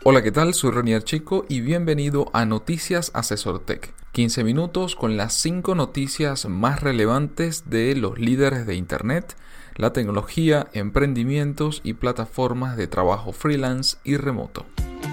Hola, ¿qué tal? Soy Renier Chico y bienvenido a Noticias Asesor Tech. 15 minutos con las 5 noticias más relevantes de los líderes de Internet, la tecnología, emprendimientos y plataformas de trabajo freelance y remoto.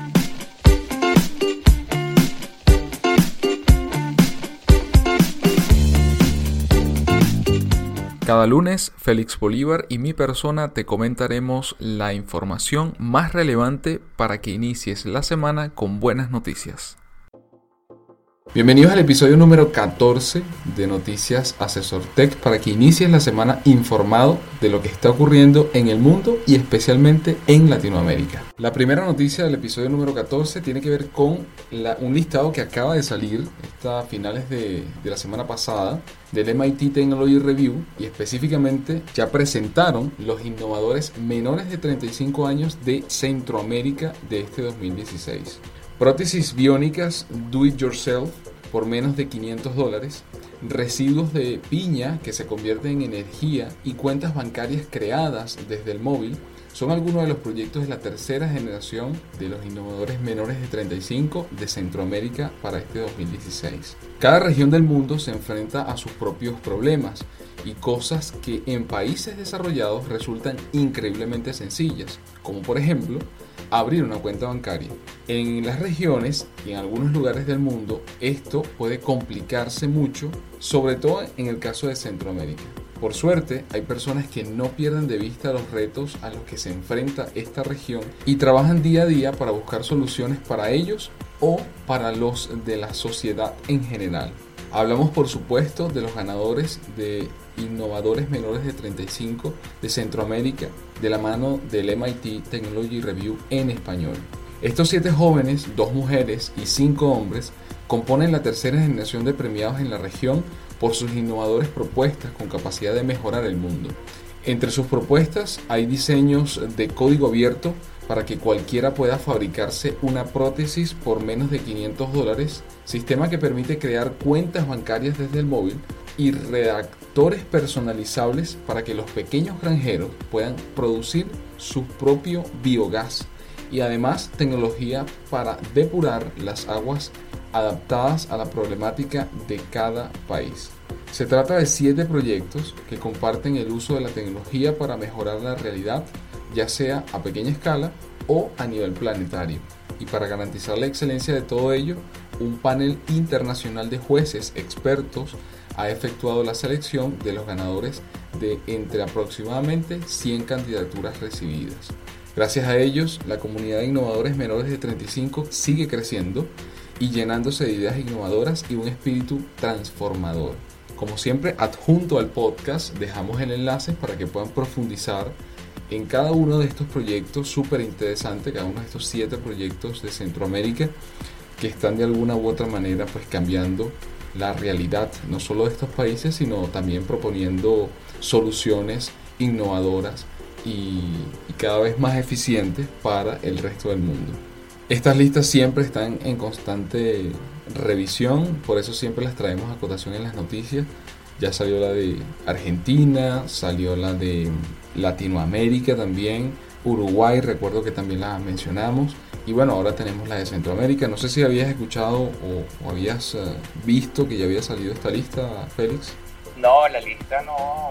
Cada lunes, Félix Bolívar y mi persona te comentaremos la información más relevante para que inicies la semana con buenas noticias. Bienvenidos al episodio número 14 de Noticias Asesor Tech para que inicies la semana informado de lo que está ocurriendo en el mundo y especialmente en Latinoamérica. La primera noticia del episodio número 14 tiene que ver con un listado que acaba de salir a finales de la semana pasada del MIT Technology Review, y específicamente ya presentaron los innovadores menores de 35 años de Centroamérica de este 2016. Prótesis biónicas do it yourself por menos de $500, residuos de piña que se convierten en energía y cuentas bancarias creadas desde el móvil son algunos de los proyectos de la tercera generación de los innovadores menores de 35 de Centroamérica para este 2016. Cada región del mundo se enfrenta a sus propios problemas y cosas que en países desarrollados resultan increíblemente sencillas, como por ejemplo abrir una cuenta bancaria. En las regiones y en algunos lugares del mundo esto puede complicarse mucho, sobre todo en el caso de Centroamérica. Por suerte, hay personas que no pierden de vista los retos a los que se enfrenta esta región y trabajan día a día para buscar soluciones para ellos o para los de la sociedad en general. Hablamos, por supuesto, de los ganadores de innovadores menores de 35 de Centroamérica de la mano del MIT Technology Review en español. Estos 7 jóvenes, 2 mujeres y 5 hombres, componen la tercera generación de premiados en la región por sus innovadoras propuestas con capacidad de mejorar el mundo. Entre sus propuestas hay diseños de código abierto para que cualquiera pueda fabricarse una prótesis por menos de $500, sistema que permite crear cuentas bancarias desde el móvil y redactores personalizables para que los pequeños granjeros puedan producir su propio biogás, y además tecnología para depurar las aguas adaptadas a la problemática de cada país. Se trata de 7 proyectos que comparten el uso de la tecnología para mejorar la realidad, ya sea a pequeña escala o a nivel planetario. Y para garantizar la excelencia de todo ello, un panel internacional de jueces expertos ha efectuado la selección de los ganadores de entre aproximadamente 100 candidaturas recibidas. Gracias a ellos, la comunidad de innovadores menores de 35 sigue creciendo y llenándose de ideas innovadoras y un espíritu transformador. Como siempre, adjunto al podcast dejamos el enlace para que puedan profundizar en cada uno de estos proyectos súper interesantes, cada uno de estos 7 proyectos de Centroamérica que están de alguna u otra manera pues cambiando la realidad, no solo de estos países, sino también proponiendo soluciones innovadoras y cada vez más eficientes para el resto del mundo. Estas listas siempre están en constante revisión, por eso siempre las traemos a cotación en las noticias. Ya salió la de Argentina, salió la de Latinoamérica también, Uruguay, recuerdo que también la mencionamos, y bueno, ahora tenemos la de Centroamérica. No sé si habías escuchado o habías visto que ya había salido esta lista, Félix. No, la lista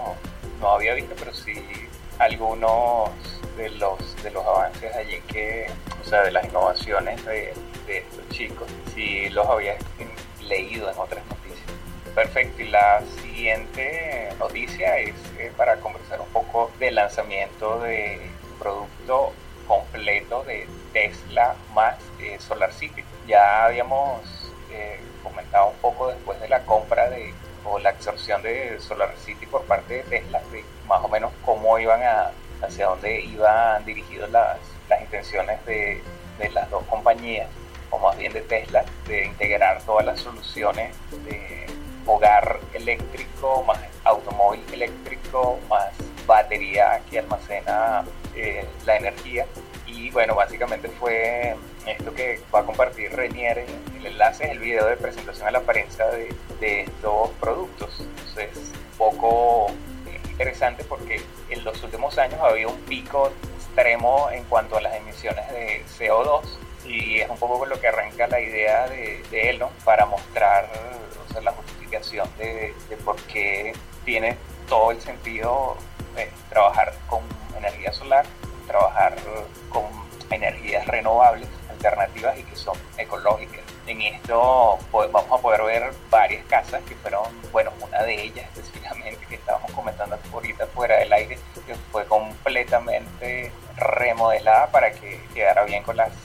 no había visto, pero sí algunos de los avances allí de las innovaciones de estos chicos, sí los había leído en otras noticias. Perfecto, y la siguiente noticia es para conversar un poco del lanzamiento de producto completo de Tesla más SolarCity. Ya habíamos comentado un poco después de la compra o la absorción de SolarCity por parte de Tesla, de más o menos hacia dónde iban dirigidas las intenciones de las dos compañías, o más bien de Tesla, de integrar todas las soluciones de hogar eléctrico, más automóvil eléctrico, más batería que almacena la energía. Y bueno, básicamente fue esto que va a compartir Renier. El enlace es el video de presentación a la prensa de estos productos. Entonces, un poco interesante porque en los últimos años ha habido un pico extremo en cuanto a las emisiones de CO2 Y es un poco con lo que arranca la idea de Elon para mostrar, o sea, la justificación de por qué tiene todo el sentido trabajar con energía solar, trabajar con energías renovables, alternativas y que son ecológicas. En esto vamos a poder ver varias casas que fueron, bueno, una de ellas específicamente que estábamos comentando ahorita fuera del aire, que fue completamente remodelada para que quedara bien con las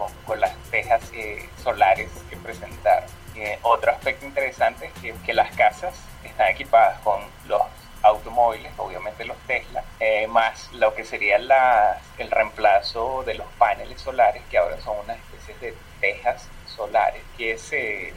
tejas solares que presentaron. Otro aspecto interesante es que las casas están equipadas con los automóviles, obviamente los Tesla, más lo que sería el reemplazo de los paneles solares, que ahora son unas especies de tejas solares que se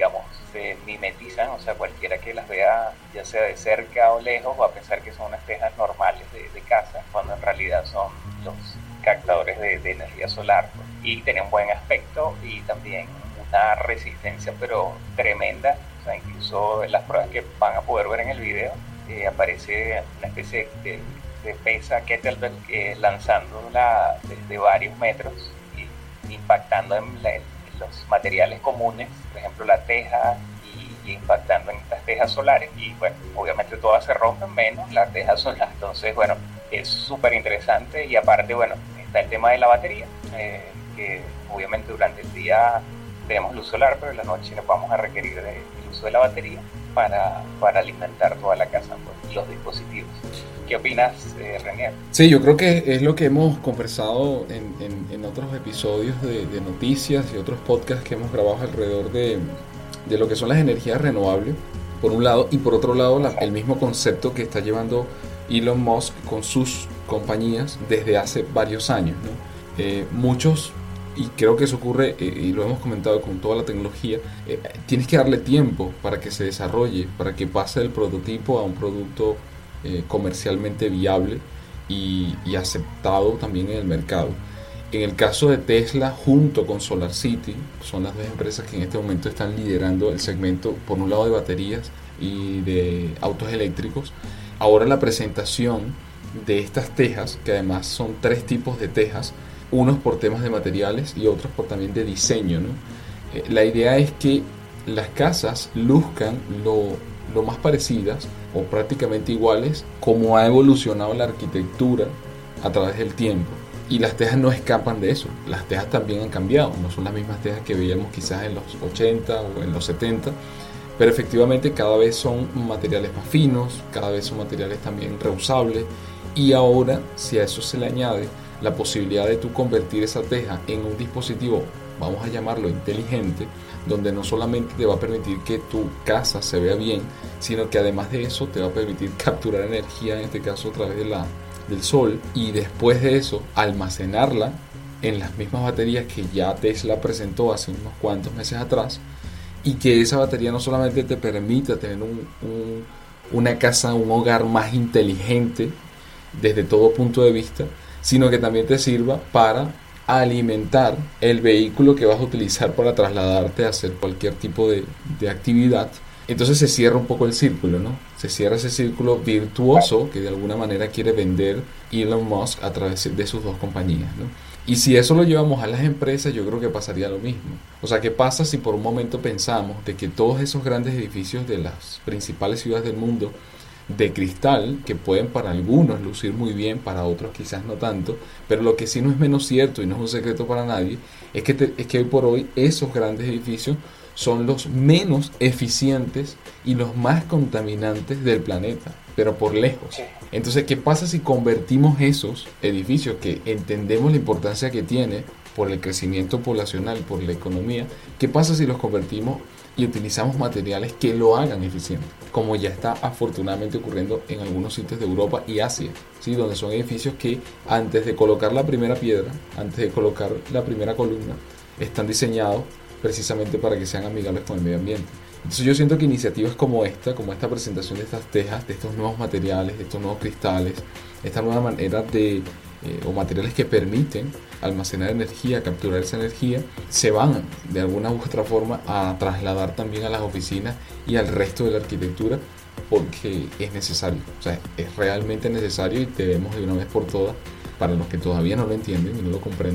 mimetizan, o sea, cualquiera que las vea, ya sea de cerca o lejos, va a pensar que son unas tejas normales de casa, cuando en realidad son los captadores de energía solar, pues. Y tienen un buen aspecto y también una resistencia pero tremenda, o sea, incluso en las pruebas que van a poder ver en el video, aparece una especie de pesa kettlebell lanzándola desde varios metros y impactando en los materiales comunes, por ejemplo la teja, y impactando en estas tejas solares, y bueno, obviamente todas se rompen menos la teja solar. Entonces, bueno, es súper interesante. Y aparte, bueno, está el tema de la batería, que obviamente durante el día tenemos luz solar, pero en la noche nos vamos a requerir del uso de la batería para alimentar toda la casa y los dispositivos. ¿Qué opinas, Renier? Sí, yo creo que es lo que hemos conversado en otros episodios de noticias y otros podcasts que hemos grabado alrededor de lo que son las energías renovables, por un lado, y por otro lado el mismo concepto que está llevando Elon Musk con sus compañías desde hace varios años, ¿no? Muchos, y creo que eso ocurre, y lo hemos comentado con toda la tecnología, tienes que darle tiempo para que se desarrolle, para que pase del prototipo a un producto comercialmente viable y aceptado también en el mercado. En el caso de Tesla, junto con SolarCity, son las dos empresas que en este momento están liderando el segmento, por un lado de baterías y de autos eléctricos. Ahora la presentación de estas tejas, que además son 3 tipos de tejas, unos por temas de materiales y otros por también de diseño, ¿no? La idea es que las casas luzcan lo más parecidas o prácticamente iguales como ha evolucionado la arquitectura a través del tiempo. Y las tejas no escapan de eso. Las tejas también han cambiado. No son las mismas tejas que veíamos quizás en los 80 o en los 70. Pero efectivamente cada vez son materiales más finos, cada vez son materiales también reusables. Y ahora, si a eso se le añade la posibilidad de tú convertir esa teja en un dispositivo, vamos a llamarlo inteligente, donde no solamente te va a permitir que tu casa se vea bien, sino que además de eso te va a permitir capturar energía, en este caso a través del sol, y después de eso almacenarla en las mismas baterías que ya Tesla presentó hace unos cuantos meses atrás, y que esa batería no solamente te permita tener una casa, un hogar más inteligente desde todo punto de vista, sino que también te sirva para alimentar el vehículo que vas a utilizar para trasladarte a hacer cualquier tipo de actividad. Entonces se cierra un poco el círculo, ¿no? Se cierra ese círculo virtuoso que de alguna manera quiere vender Elon Musk a través de sus dos compañías, ¿no? Y si eso lo llevamos a las empresas, yo creo que pasaría lo mismo. O sea, ¿qué pasa si por un momento pensamos de que todos esos grandes edificios de las principales ciudades del mundo de cristal, que pueden para algunos lucir muy bien, para otros quizás no tanto, pero lo que sí no es menos cierto y no es un secreto para nadie, es que hoy por hoy esos grandes edificios son los menos eficientes y los más contaminantes del planeta, pero por lejos. Entonces, ¿qué pasa si convertimos esos edificios, que entendemos la importancia que tiene por el crecimiento poblacional, por la economía, qué pasa si los convertimos y utilizamos materiales que lo hagan eficiente, como ya está afortunadamente ocurriendo en algunos sitios de Europa y Asia, ¿sí? Donde son edificios que antes de colocar la primera piedra, antes de colocar la primera columna, están diseñados precisamente para que sean amigables con el medio ambiente. Entonces yo siento que iniciativas como esta presentación de estas tejas, de estos nuevos materiales, de estos nuevos cristales, esta nueva manera o materiales que permiten almacenar energía, capturar esa energía, se van de alguna u otra forma a trasladar también a las oficinas y al resto de la arquitectura, porque es necesario, o sea, es realmente necesario, y debemos de una vez por todas, para los que todavía no lo entienden y no lo comprenden,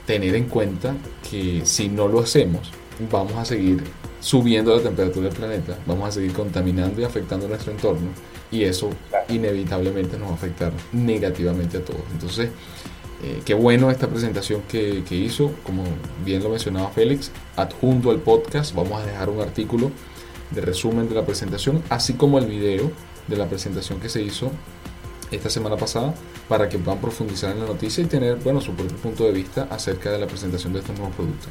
tener en cuenta que si no lo hacemos, vamos a seguir subiendo la temperatura del planeta, vamos a seguir contaminando y afectando nuestro entorno, y eso inevitablemente nos va a afectar negativamente a todos. Entonces, qué bueno esta presentación que hizo. Como bien lo mencionaba Félix, adjunto al podcast vamos a dejar un artículo de resumen de la presentación, así como el video de la presentación que se hizo esta semana pasada, para que puedan profundizar en la noticia y tener, su propio punto de vista acerca de la presentación de estos nuevos productos.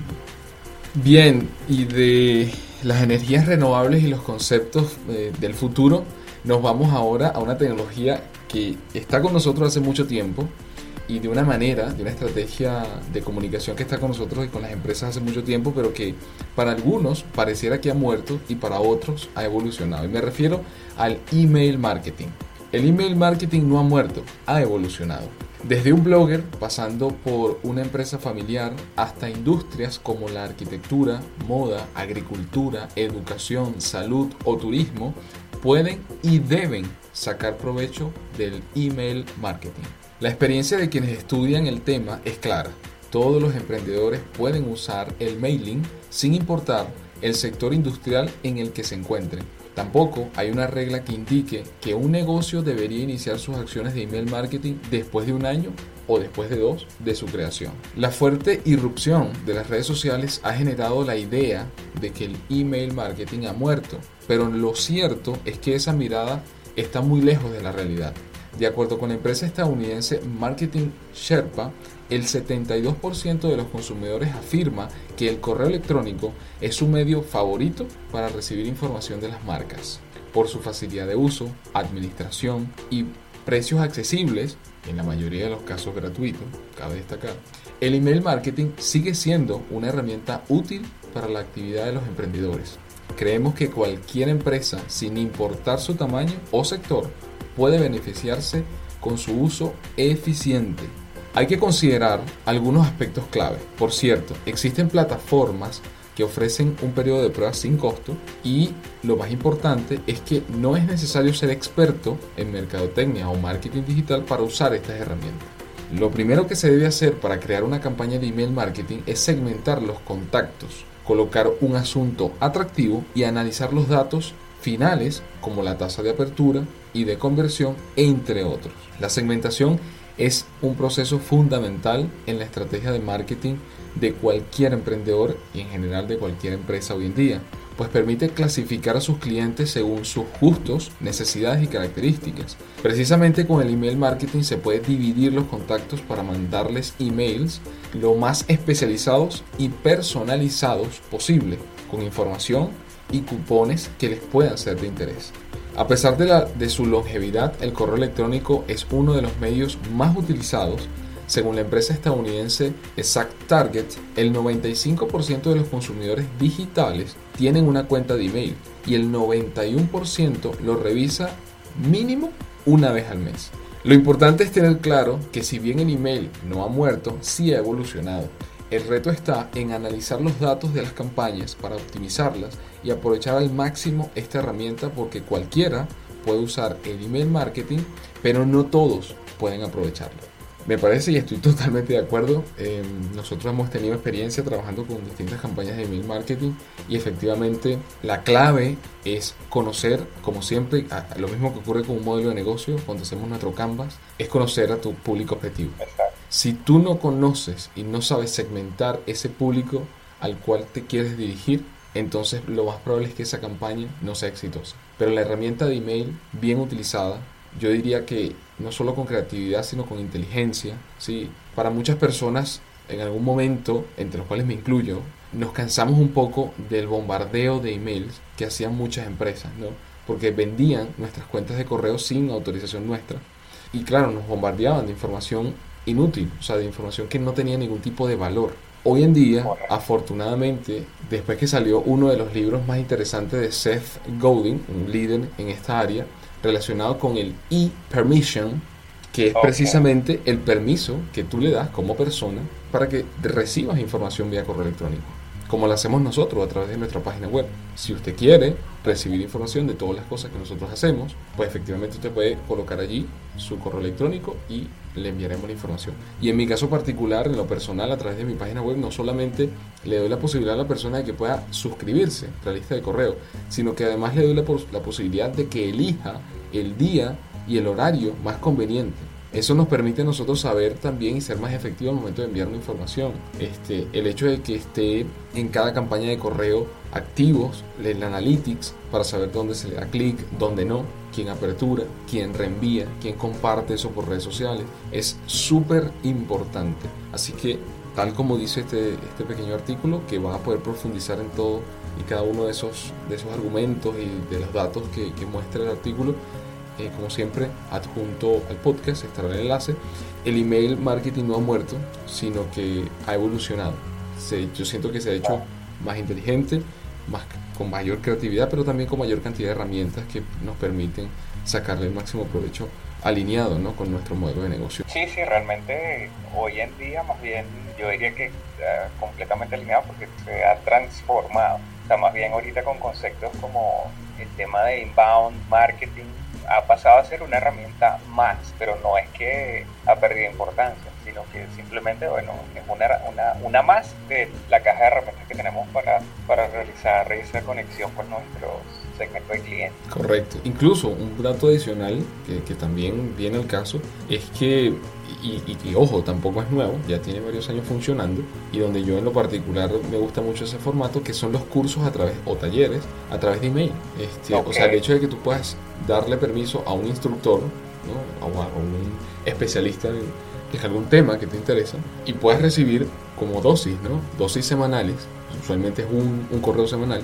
Bien, y de las energías renovables y los conceptos del futuro, nos vamos ahora a una tecnología que está con nosotros hace mucho tiempo, y de una estrategia de comunicación que está con nosotros y con las empresas hace mucho tiempo, pero que para algunos pareciera que ha muerto y para otros ha evolucionado. Y me refiero al email marketing. El email marketing no ha muerto, ha evolucionado. Desde un blogger, pasando por una empresa familiar, hasta industrias como la arquitectura, moda, agricultura, educación, salud o turismo, pueden y deben sacar provecho del email marketing. La experiencia de quienes estudian el tema es clara. Todos los emprendedores pueden usar el mailing sin importar el sector industrial en el que se encuentren. Tampoco hay una regla que indique que un negocio debería iniciar sus acciones de email marketing después de un año o después de 2 de su creación. La fuerte irrupción de las redes sociales ha generado la idea de que el email marketing ha muerto, pero lo cierto es que esa mirada está muy lejos de la realidad. De acuerdo con la empresa estadounidense Marketing Sherpa, el 72% de los consumidores afirma que el correo electrónico es su medio favorito para recibir información de las marcas. Por su facilidad de uso, administración y precios accesibles, en la mayoría de los casos gratuitos, cabe destacar, el email marketing sigue siendo una herramienta útil para la actividad de los emprendedores. Creemos que cualquier empresa, sin importar su tamaño o sector, puede beneficiarse con su uso eficiente. Hay que considerar algunos aspectos clave. Por cierto, existen plataformas que ofrecen un periodo de prueba sin costo, y lo más importante es que no es necesario ser experto en mercadotecnia o marketing digital para usar estas herramientas. Lo primero que se debe hacer para crear una campaña de email marketing es segmentar los contactos, colocar un asunto atractivo y analizar los datos finales como la tasa de apertura y de conversión, entre otros. La segmentación es un proceso fundamental en la estrategia de marketing de cualquier emprendedor y en general de cualquier empresa hoy en día, pues permite clasificar a sus clientes según sus gustos, necesidades y características. Precisamente con el email marketing se puede dividir los contactos para mandarles emails lo más especializados y personalizados posible, con información y cupones que les puedan ser de interés. A pesar de su longevidad, el correo electrónico es uno de los medios más utilizados. Según la empresa estadounidense ExactTarget, el 95% de los consumidores digitales tienen una cuenta de email y el 91% lo revisa mínimo una vez al mes. Lo importante es tener claro que si bien el email no ha muerto, sí ha evolucionado. El reto está en analizar los datos de las campañas para optimizarlas y aprovechar al máximo esta herramienta, porque cualquiera puede usar el email marketing, pero no todos pueden aprovecharlo. Me parece, y estoy totalmente de acuerdo, nosotros hemos tenido experiencia trabajando con distintas campañas de email marketing y efectivamente la clave es conocer, como siempre, lo mismo que ocurre con un modelo de negocio cuando hacemos nuestro Canvas, es conocer a tu público objetivo. Si tú no conoces y no sabes segmentar ese público al cual te quieres dirigir, entonces lo más probable es que esa campaña no sea exitosa. Pero la herramienta de email bien utilizada, yo diría que no solo con creatividad, sino con inteligencia, ¿sí? Para muchas personas, en algún momento, entre los cuales me incluyo, nos cansamos un poco del bombardeo de emails que hacían muchas empresas, ¿no? Porque vendían nuestras cuentas de correo sin autorización nuestra. Y claro, nos bombardeaban de información inútil, o sea, de información que no tenía ningún tipo de valor. Hoy en día, afortunadamente, después que salió uno de los libros más interesantes de Seth Godin, un líder en esta área, relacionado con el e-permission, que es precisamente el permiso que tú le das como persona para que recibas información vía correo electrónico. como lo hacemos nosotros a través de nuestra página web. Si usted quiere recibir información de todas las cosas que nosotros hacemos, pues efectivamente usted puede colocar allí su correo electrónico y le enviaremos la información. Y en mi caso particular, en lo personal, a través de mi página web, no solamente le doy la posibilidad a la persona de que pueda suscribirse a la lista de correo, sino que además le doy la posibilidad de que elija el día y el horario más conveniente. Eso nos permite a nosotros saber también y ser más efectivos al momento de enviar una información. El hecho de que esté en cada campaña de correo activos el analytics para saber dónde se le da clic, dónde no, quién apertura, quién reenvía, quién comparte eso por redes sociales, es súper importante. Así que, tal como dice este pequeño artículo, que va a poder profundizar en todo y cada uno de esos argumentos y de los datos que muestra el artículo, como siempre, adjunto al podcast estará el enlace. El email marketing no ha muerto, sino que ha evolucionado. Yo siento que se ha hecho más inteligente, con mayor creatividad, pero también con mayor cantidad de herramientas que nos permiten sacarle el máximo provecho alineado, ¿no?, con nuestro modelo de negocio. Sí, realmente hoy en día más bien yo diría que completamente alineado porque se ha transformado. O sea, más bien ahorita con conceptos como el tema de inbound marketing ha pasado a ser una herramienta más, pero no es que ha perdido importancia, sino que simplemente, bueno, es una más de la caja de herramientas que tenemos para realizar esa conexión con nuestros segmentos de clientes. Correcto. Incluso un dato adicional que también viene al caso es que, y ojo, tampoco es nuevo, ya tiene varios años funcionando, y donde yo en lo particular me gusta mucho ese formato, que son los cursos o talleres a través de email. O sea, el hecho de que tú puedas darle permiso a un instructor, ¿no?, a un especialista en algún tema que te interesa, y puedas recibir como dosis, ¿no?, dosis semanales. Usualmente es un correo semanal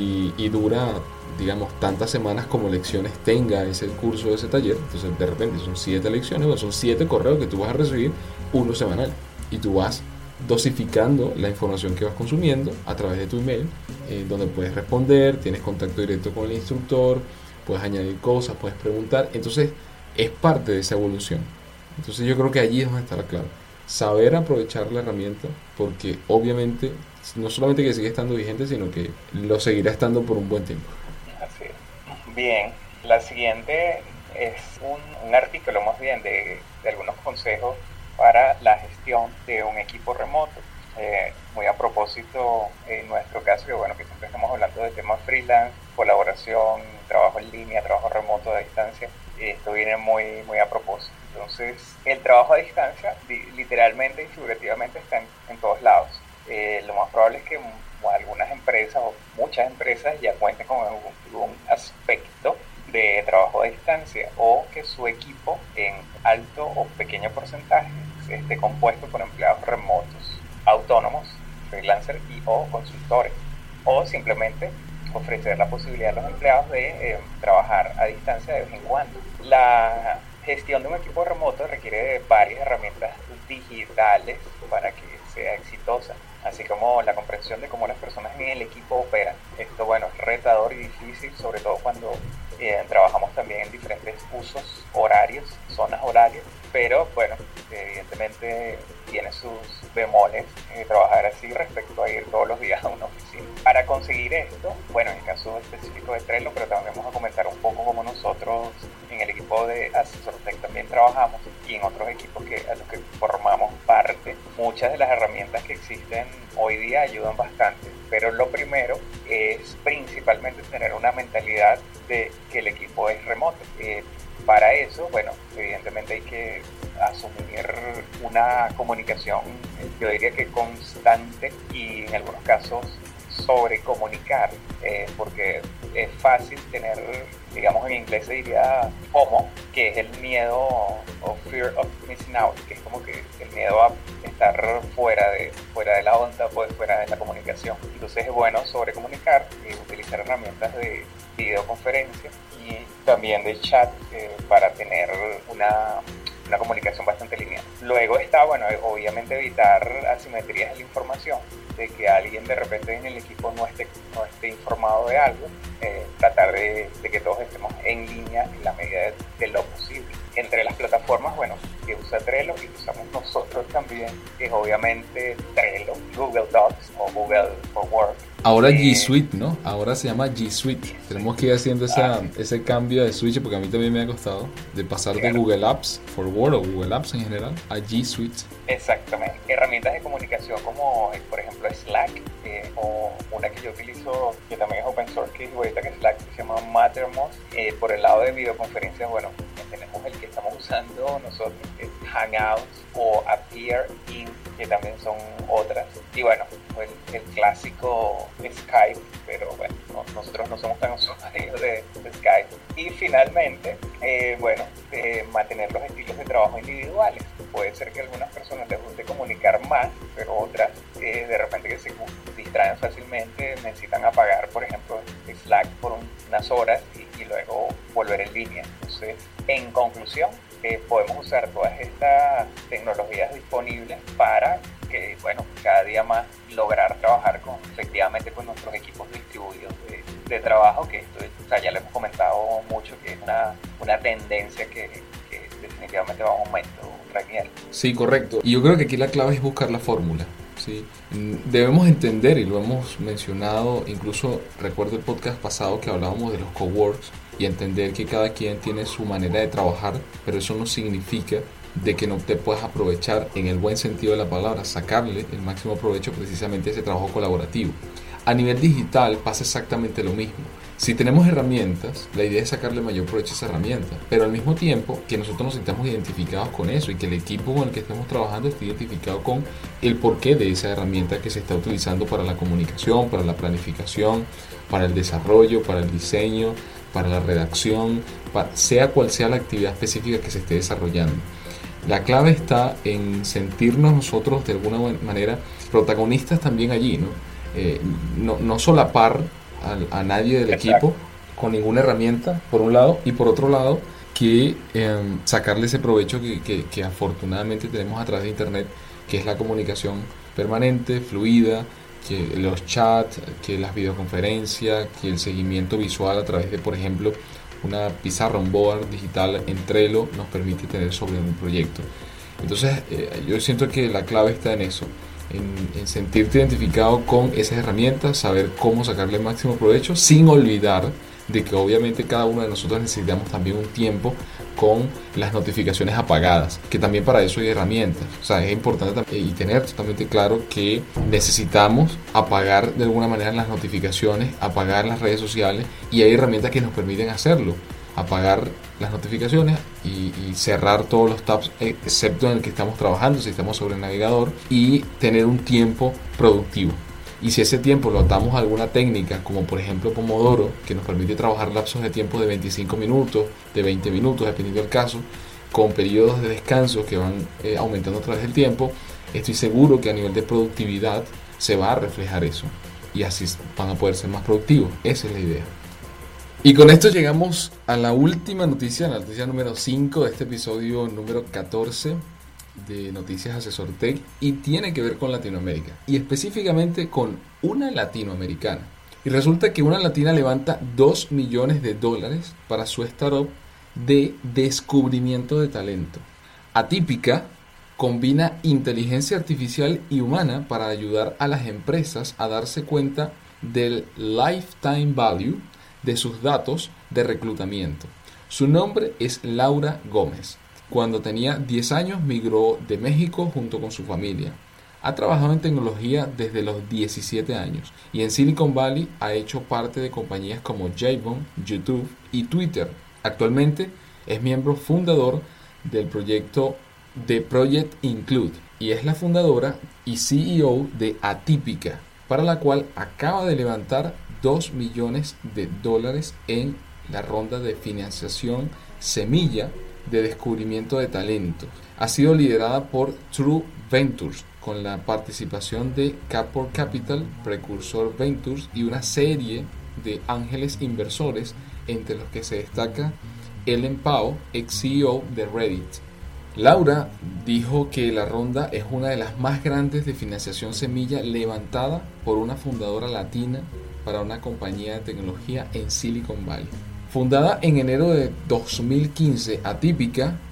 y dura, digamos, tantas semanas como lecciones tenga ese curso de ese taller. Entonces de repente son 7 lecciones o son 7 correos que tú vas a recibir, uno semanal, y tú vas dosificando la información que vas consumiendo a través de tu email, donde puedes responder, tienes contacto directo con el instructor, puedes añadir cosas, puedes preguntar. Entonces es parte de esa evolución. Entonces yo creo que allí es donde está la clave, saber aprovechar la herramienta, porque obviamente no solamente que sigue estando vigente, sino que lo seguirá estando por un buen tiempo. Así es. Bien, la siguiente es un artículo más bien de algunos consejos para la gestión de un equipo remoto. Muy a propósito en nuestro caso, que bueno, que siempre estamos hablando de temas freelance, colaboración, trabajo en línea, trabajo remoto a distancia, esto viene muy a propósito. Entonces, el trabajo a distancia literalmente y figurativamente está en todos lados. Lo más probable es que algunas empresas o muchas empresas ya cuenten con algún aspecto de trabajo a distancia, o que su equipo en alto o pequeño porcentaje esté compuesto por empleados remotos, autónomos, freelancers o consultores, o simplemente ofrecer la posibilidad a los empleados de trabajar a distancia de vez en cuando. La gestión de un equipo remoto requiere de varias herramientas digitales para que sea exitosa, así como la comprensión de cómo las personas en el equipo operan. Esto, bueno, es retador y difícil, sobre todo cuando trabajamos también en diferentes usos horarios, zonas horarias, pero bueno, evidentemente tiene sus bemoles trabajar así respecto a ir todos los días a una oficina. Para conseguir esto, bueno, en el caso específico de Trello, pero también vamos a comentar un poco cómo nosotros en el equipo de AsessorTech también trabajamos, y en otros equipos a los que formamos parte. Muchas de las herramientas que existen hoy día ayudan bastante, pero lo primero es principalmente tener una mentalidad de que el equipo es remoto. Para eso, bueno, evidentemente hay que asumir una comunicación, yo diría que constante, y en algunos casos sobrecomunicar, porque es fácil tener, digamos en inglés se diría FOMO, que es el miedo o fear of missing out, que es como que el miedo a estar fuera de la onda, pues fuera de la comunicación. Entonces es bueno sobrecomunicar, utilizar herramientas de videoconferencia y también de chat para tener una comunicación bastante lineal. Luego está, bueno, obviamente evitar asimetrías en la información, de que alguien de repente en el equipo no esté informado de algo, tratar de que todos estemos en línea en la medida de lo posible. Entre las plataformas, bueno, que usa Trello y usamos nosotros también, que es obviamente Trello, Google Docs o Google for Work. Ahora G Suite, ¿no? Ahora se llama G Suite. Tenemos que ir haciendo ese cambio de switch, porque a mí también me ha costado, de pasar de Google Apps for Word o Google Apps en general a G Suite. Exactamente. Herramientas de comunicación como, por ejemplo, Slack, o una que yo utilizo, que también es open source, que es igualita que Slack, que se llama Mattermost. Por el lado de videoconferencias, bueno, tenemos el que estamos usando nosotros, que es Hangouts o Appear Inc., que también son otras. Y bueno, el clásico Skype, pero bueno, nosotros no somos tan usuarios de Skype. Y finalmente, mantener los estilos de trabajo individuales. Puede ser que a algunas personas les guste comunicar más, pero otras de repente que se distraen fácilmente, necesitan apagar, por ejemplo, Slack por unas horas y luego volver en línea. Entonces, en conclusión, podemos usar todas estas tecnologías disponibles para que, bueno, cada día más lograr trabajar efectivamente con nuestros equipos distribuidos de trabajo, que esto, ya le hemos comentado mucho, que es una tendencia que definitivamente va a un aumento, Raquel. Sí, correcto. Y yo creo que aquí la clave es buscar la fórmula. ¿Sí? Debemos entender, y lo hemos mencionado, incluso recuerdo el podcast pasado que hablábamos de los coworks, y entender que cada quien tiene su manera de trabajar, pero eso no significa de que no te puedas aprovechar en el buen sentido de la palabra, sacarle el máximo provecho precisamente a ese trabajo colaborativo. A nivel digital pasa exactamente lo mismo. Si tenemos herramientas, la idea es sacarle mayor provecho a esa herramienta, pero al mismo tiempo que nosotros nos sintamos identificados con eso y que el equipo con el que estemos trabajando esté identificado con el porqué de esa herramienta que se está utilizando para la comunicación, para la planificación, para el desarrollo, para el diseño, para la redacción, sea cual sea la actividad específica que se esté desarrollando. La clave está en sentirnos nosotros de alguna manera protagonistas también allí, no solapar a nadie del equipo con ninguna herramienta, por un lado, y por otro lado, que sacarle ese provecho que afortunadamente tenemos a través de Internet, que es la comunicación permanente, fluida, que los chats, que las videoconferencias, que el seguimiento visual a través de, por ejemplo, una pizarra, un board digital en Trello nos permite tener sobre un proyecto. Entonces, yo siento que la clave está en eso, en sentirte identificado con esas herramientas, saber cómo sacarle el máximo provecho, sin olvidar de que obviamente cada uno de nosotros necesitamos también un tiempo con las notificaciones apagadas, que también para eso hay herramientas. O sea, es importante y tener totalmente claro que necesitamos apagar de alguna manera las notificaciones, apagar las redes sociales, y hay herramientas que nos permiten hacerlo. Apagar las notificaciones y cerrar todos los tabs excepto en el que estamos trabajando, si estamos sobre el navegador, y tener un tiempo productivo. Y si ese tiempo lo atamos a alguna técnica, como por ejemplo Pomodoro, que nos permite trabajar lapsos de tiempo de 25 minutos, de 20 minutos, dependiendo del caso, con periodos de descanso que van aumentando a través del tiempo, estoy seguro que a nivel de productividad se va a reflejar eso. Y así van a poder ser más productivos. Esa es la idea. Y con esto llegamos a la última noticia, la noticia número 5 de este episodio número 14 de Noticias Asesor Tech, y tiene que ver con Latinoamérica, y específicamente con una latinoamericana. Y resulta que una latina levanta $2 millones para su startup de descubrimiento de talento. Atípica combina inteligencia artificial y humana para ayudar a las empresas a darse cuenta del lifetime value de sus datos de reclutamiento. Su nombre es Laura Gómez. Cuando tenía 10 años migró de México junto con su familia. Ha trabajado en tecnología desde los 17 años y en Silicon Valley ha hecho parte de compañías como Jabon, YouTube y Twitter. Actualmente es miembro fundador del proyecto de Project Include y es la fundadora y CEO de Atípica, para la cual acaba de levantar $2 millones en la ronda de financiación semilla de descubrimiento de talento. Ha sido liderada por True Ventures, con la participación de Capor Capital, Precursor Ventures y una serie de ángeles inversores, entre los que se destaca Ellen Pao, ex CEO de Reddit. Laura dijo que la ronda es una de las más grandes de financiación semilla levantada por una fundadora latina para una compañía de tecnología en Silicon Valley. Fundada en enero de 2015, Atípica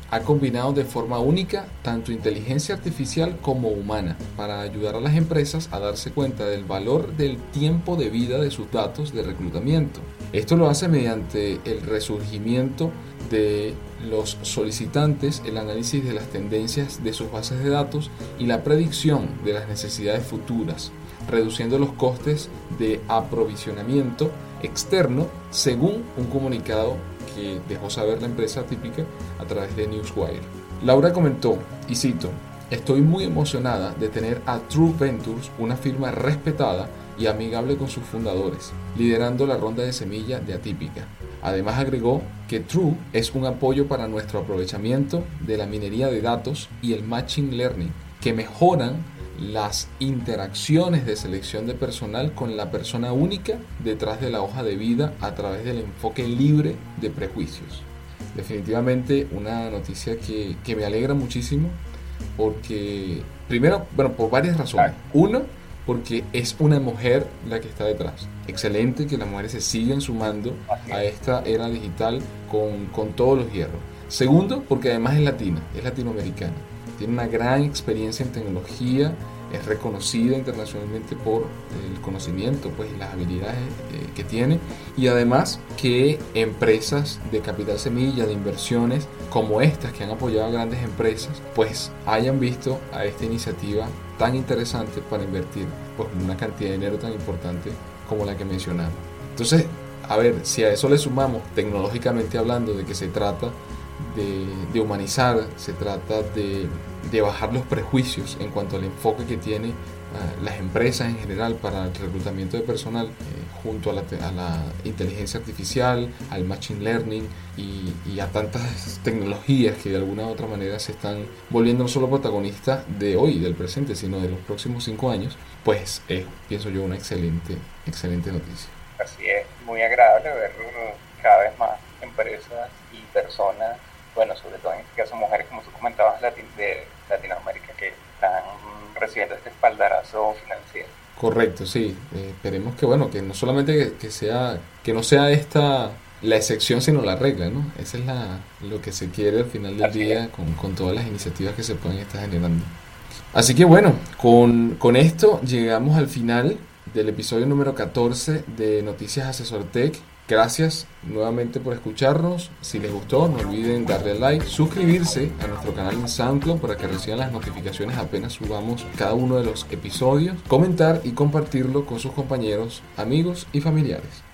ha combinado de forma única tanto inteligencia artificial como humana para ayudar a las empresas a darse cuenta del valor del tiempo de vida de sus datos de reclutamiento. Esto lo hace mediante el resurgimiento de los solicitantes, el análisis de las tendencias de sus bases de datos y la predicción de las necesidades futuras, reduciendo los costes de aprovisionamiento externo, según un comunicado que dejó saber la empresa Atypica a través de Newswire. Laura comentó, y cito: "Estoy muy emocionada de tener a True Ventures, una firma respetada y amigable con sus fundadores, liderando la ronda de semilla de Atypica". Además agregó que True es un apoyo para nuestro aprovechamiento de la minería de datos y el Machine Learning, que mejoran las interacciones de selección de personal con la persona única detrás de la hoja de vida a través del enfoque libre de prejuicios. Definitivamente una noticia que me alegra muchísimo porque, primero, por varias razones. Uno, porque es una mujer la que está detrás. Excelente que las mujeres se sigan sumando a esta era digital con todos los hierros. Segundo, porque además es latina, es latinoamericana. Tiene una gran experiencia en tecnología, es reconocida internacionalmente por el conocimiento, pues, y las habilidades que tiene. Y además que empresas de capital semilla, de inversiones como estas que han apoyado a grandes empresas, pues hayan visto a esta iniciativa tan interesante para invertir, pues, una cantidad de dinero tan importante como la que mencionamos. Entonces, a ver, si a eso le sumamos tecnológicamente hablando de que se trata de humanizar, se trata de bajar los prejuicios en cuanto al enfoque que tienen las empresas en general para el reclutamiento de personal, junto a la inteligencia artificial, al machine learning y a tantas tecnologías que de alguna u otra manera se están volviendo no solo protagonistas de hoy, del presente, sino de los próximos 5 años, pues es, pienso yo, una excelente noticia. Así es, muy agradable ver cada vez más empresas y personas, bueno, sobre todo en este caso mujeres, como tú comentabas, de Latinoamérica, que están recibiendo este espaldarazo financiero. Correcto, sí. Esperemos que, bueno, que no solamente que no sea esta la excepción, sino la regla, ¿no? Esa es lo que se quiere al final del día con todas las iniciativas que se pueden estar generando. Así que bueno, con esto llegamos al final del episodio número 14 de Noticias Asesor Tech. Gracias nuevamente por escucharnos. Si les gustó, no olviden darle like, suscribirse a nuestro canal en SoundCloud para que reciban las notificaciones apenas subamos cada uno de los episodios, comentar y compartirlo con sus compañeros, amigos y familiares.